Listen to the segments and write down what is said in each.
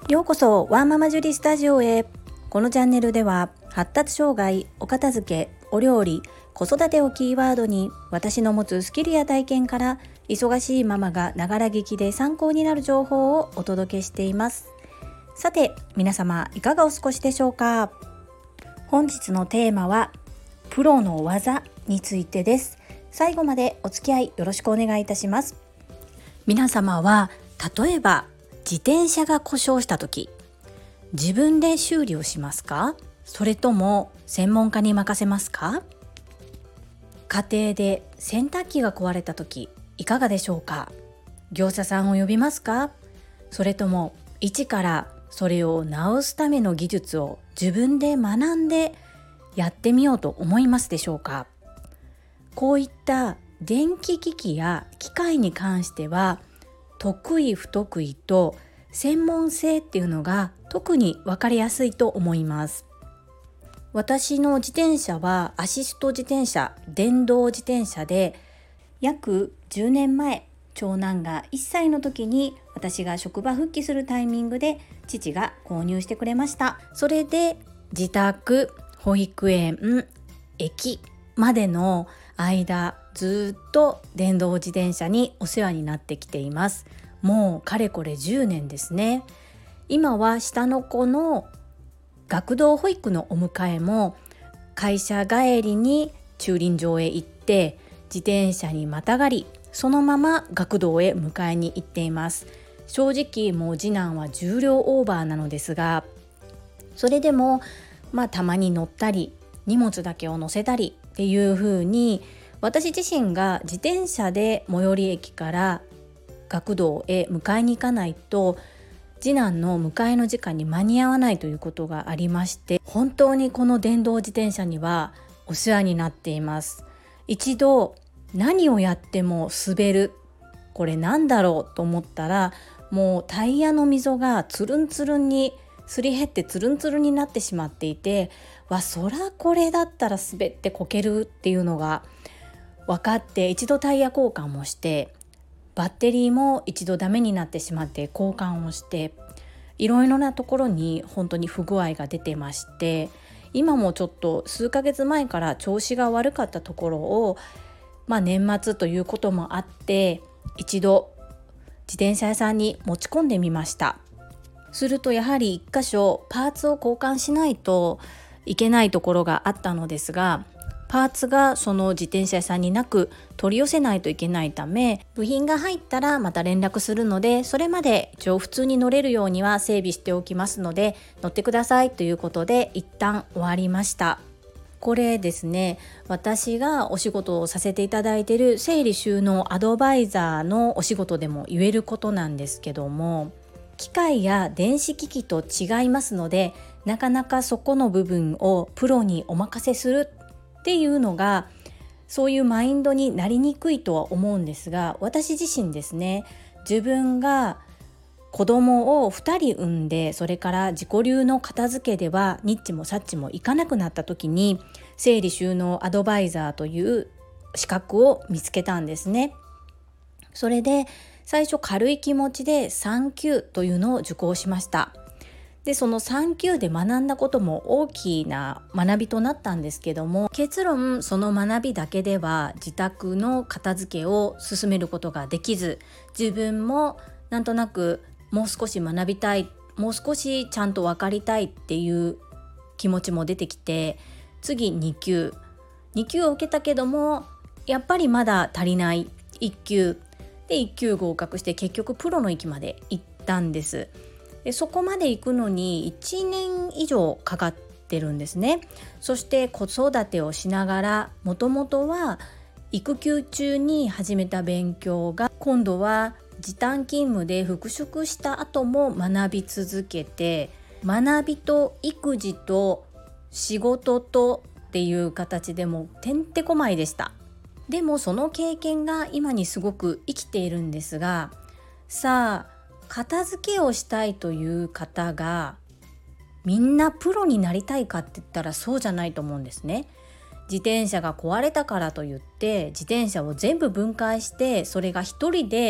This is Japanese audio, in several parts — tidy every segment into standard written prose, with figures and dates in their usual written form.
ようこそワンママジュリスタジオへ。このチャンネルでは発達障害、お片付け、お料理、子育てをキーワードに私の持つスキルや体験から忙しいママがながら聞きで参考になる情報をお届けしています。さて皆様いかがお過ごしでしょうか。本日のテーマはプロの技についてです。最後までお付き合いよろしくお願いいたします。皆様は例えば自転車が故障した時、自分で修理をしますか？それとも専門家に任せますか？家庭で洗濯機が壊れた時いかがでしょうか？業者さんを呼びますか？それとも一からそれを直すための技術を自分で学んでやってみようと思いますでしょうか？こういった電気機器や機械に関しては得意不得意と専門性っていうのが特に分かりやすいと思います。私の自転車はアシスト自転車、電動自転車で約10年前、長男が1歳の時に私が職場復帰するタイミングで父が購入してくれました。それで自宅、保育園、駅までの間ずっと電動自転車にお世話になってきています。もうかれこれ10年ですね。今は下の子の学童保育のお迎えも会社帰りに駐輪場へ行って自転車にまたがり、そのまま学童へ迎えに行っています。正直もう次男は重量オーバーなのですが、それでもたまに乗ったり荷物だけを乗せたりっていう風に、私自身が自転車で最寄り駅から学童へ迎えに行かないと次男の迎えの時間に間に合わないということがありまして、本当にこの電動自転車にはお世話になっています。一度何をやっても滑る、これなんだろうと思ったら、もうタイヤの溝がつるんつるんにすり減ってつるんつるんになってしまっていて、そらこれだったら滑ってこけるっていうのが分かって、一度タイヤ交換もして、バッテリーも一度ダメになってしまって交換をして、いろいろなところに本当に不具合が出てまして、今もちょっと数ヶ月前から調子が悪かったところを、年末ということもあって一度自転車屋さんに持ち込んでみました。するとやはり一箇所パーツを交換しないといけないところがあったのですが、パーツがその自転車屋さんになく取り寄せないといけないため、部品が入ったらまた連絡するので、それまで一応普通に乗れるようには整備しておきますので乗ってくださいということで一旦終わりました。これですね、私がお仕事をさせていただいている整理収納アドバイザーのお仕事でも言えることなんですけども、機械や電子機器と違いますので、なかなかそこの部分をプロにお任せするっていうのが、そういうマインドになりにくいとは思うんですが、私自身ですね、自分が子供を2人産んで、それから自己流の片付けではニッチもサッチもいかなくなった時に、整理収納アドバイザーという資格を見つけたんですね。それで最初軽い気持ちで3級というのを受講しました。でその3級で学んだことも大きな学びとなったんですけども、結論その学びだけでは自宅の片付けを進めることができず、自分もなんとなくもう少し学びたい、もう少しちゃんと分かりたいっていう気持ちも出てきて、次2級を受けたけどもやっぱりまだ足りない1級で、1級合格して結局プロの域まで行ったんです。でそこまで行くのに1年以上かかってるんですね。そして子育てをしながら、もともとは育休中に始めた勉強が今度は時短勤務で復職した後も学び続けて、学びと育児と仕事とっていう形でもてんてこまいでした。でもその経験が今にすごく生きているんですが、さあ片付けをしたいという方がみんなプロになりたいかって言ったらそうじゃないと思うんですね。自転車が壊れたからといって自転車を全部分解して、それが一人で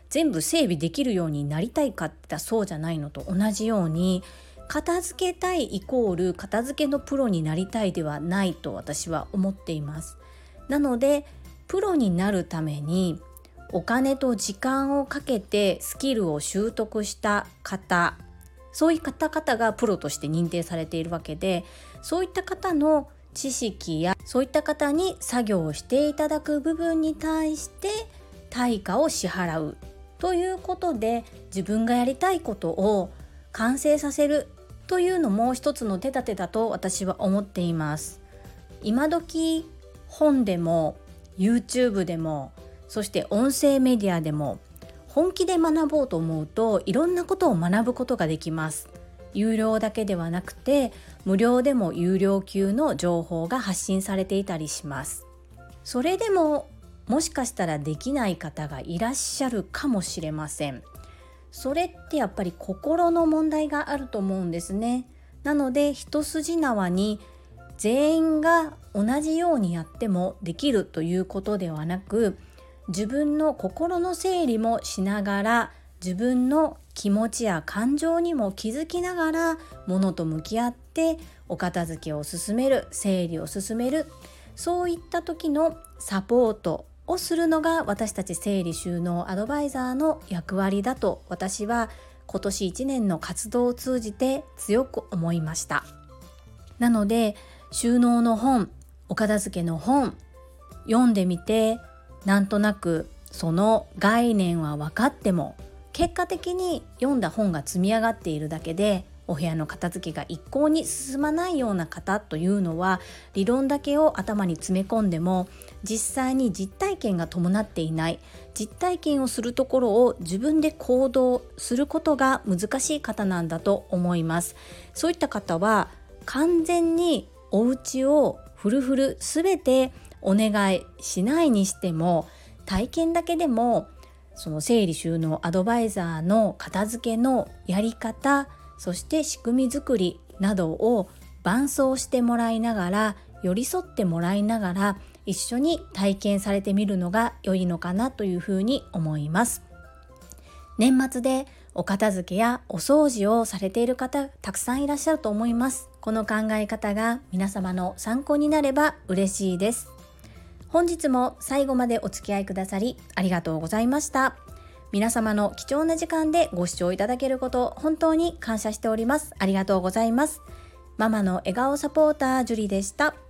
全部整備できるようになりたいかって言ったらそうじゃないのと同じように、片付けたいイコール片付けのプロになりたいではないと私は思っています。なのでプロになるためにお金と時間をかけてスキルを習得した方、そういった方がプロとして認定されているわけで、そういった方の知識やそういった方に作業をしていただく部分に対して対価を支払うということで、自分がやりたいことを完成させるというのも一つの手立てだと私は思っています。今時本でも YouTube でも、そして音声メディアでも本気で学ぼうと思うといろんなことを学ぶことができます。有料だけではなくて無料でも有料級の情報が発信されていたりします。それでももしかしたらできない方がいらっしゃるかもしれません。それってやっぱり心の問題があると思うんですね。なので一筋縄に全員が同じようにやってもできるということではなく、自分の心の整理もしながら、自分の気持ちや感情にも気づきながら物と向き合ってお片付けを進める、整理を進める、そういった時のサポートをするのが私たち整理収納アドバイザーの役割だと、私は今年1年の活動を通じて強く思いました。なので収納の本、お片付けの本読んでみて、なんとなくその概念は分かっても、結果的に読んだ本が積み上がっているだけでお部屋の片付けが一向に進まないような方というのは、理論だけを頭に詰め込んでも実際に実体験が伴っていない、実体験をするところを自分で行動することが難しい方なんだと思います。そういった方は完全にお家をフルフル全てお願いしないにしても、体験だけでもその整理収納アドバイザーの片付けのやり方、そして仕組み作りなどを伴走してもらいながら、寄り添ってもらいながら一緒に体験されてみるのが良いのかなというふうに思います。年末でお片付けやお掃除をされている方たくさんいらっしゃると思います。この考え方が皆様の参考になれば嬉しいです。本日も最後までお付き合いくださりありがとうございました。皆様の貴重な時間でご視聴いただけること本当に感謝しております。ありがとうございます。ママの笑顔サポータージュリでした。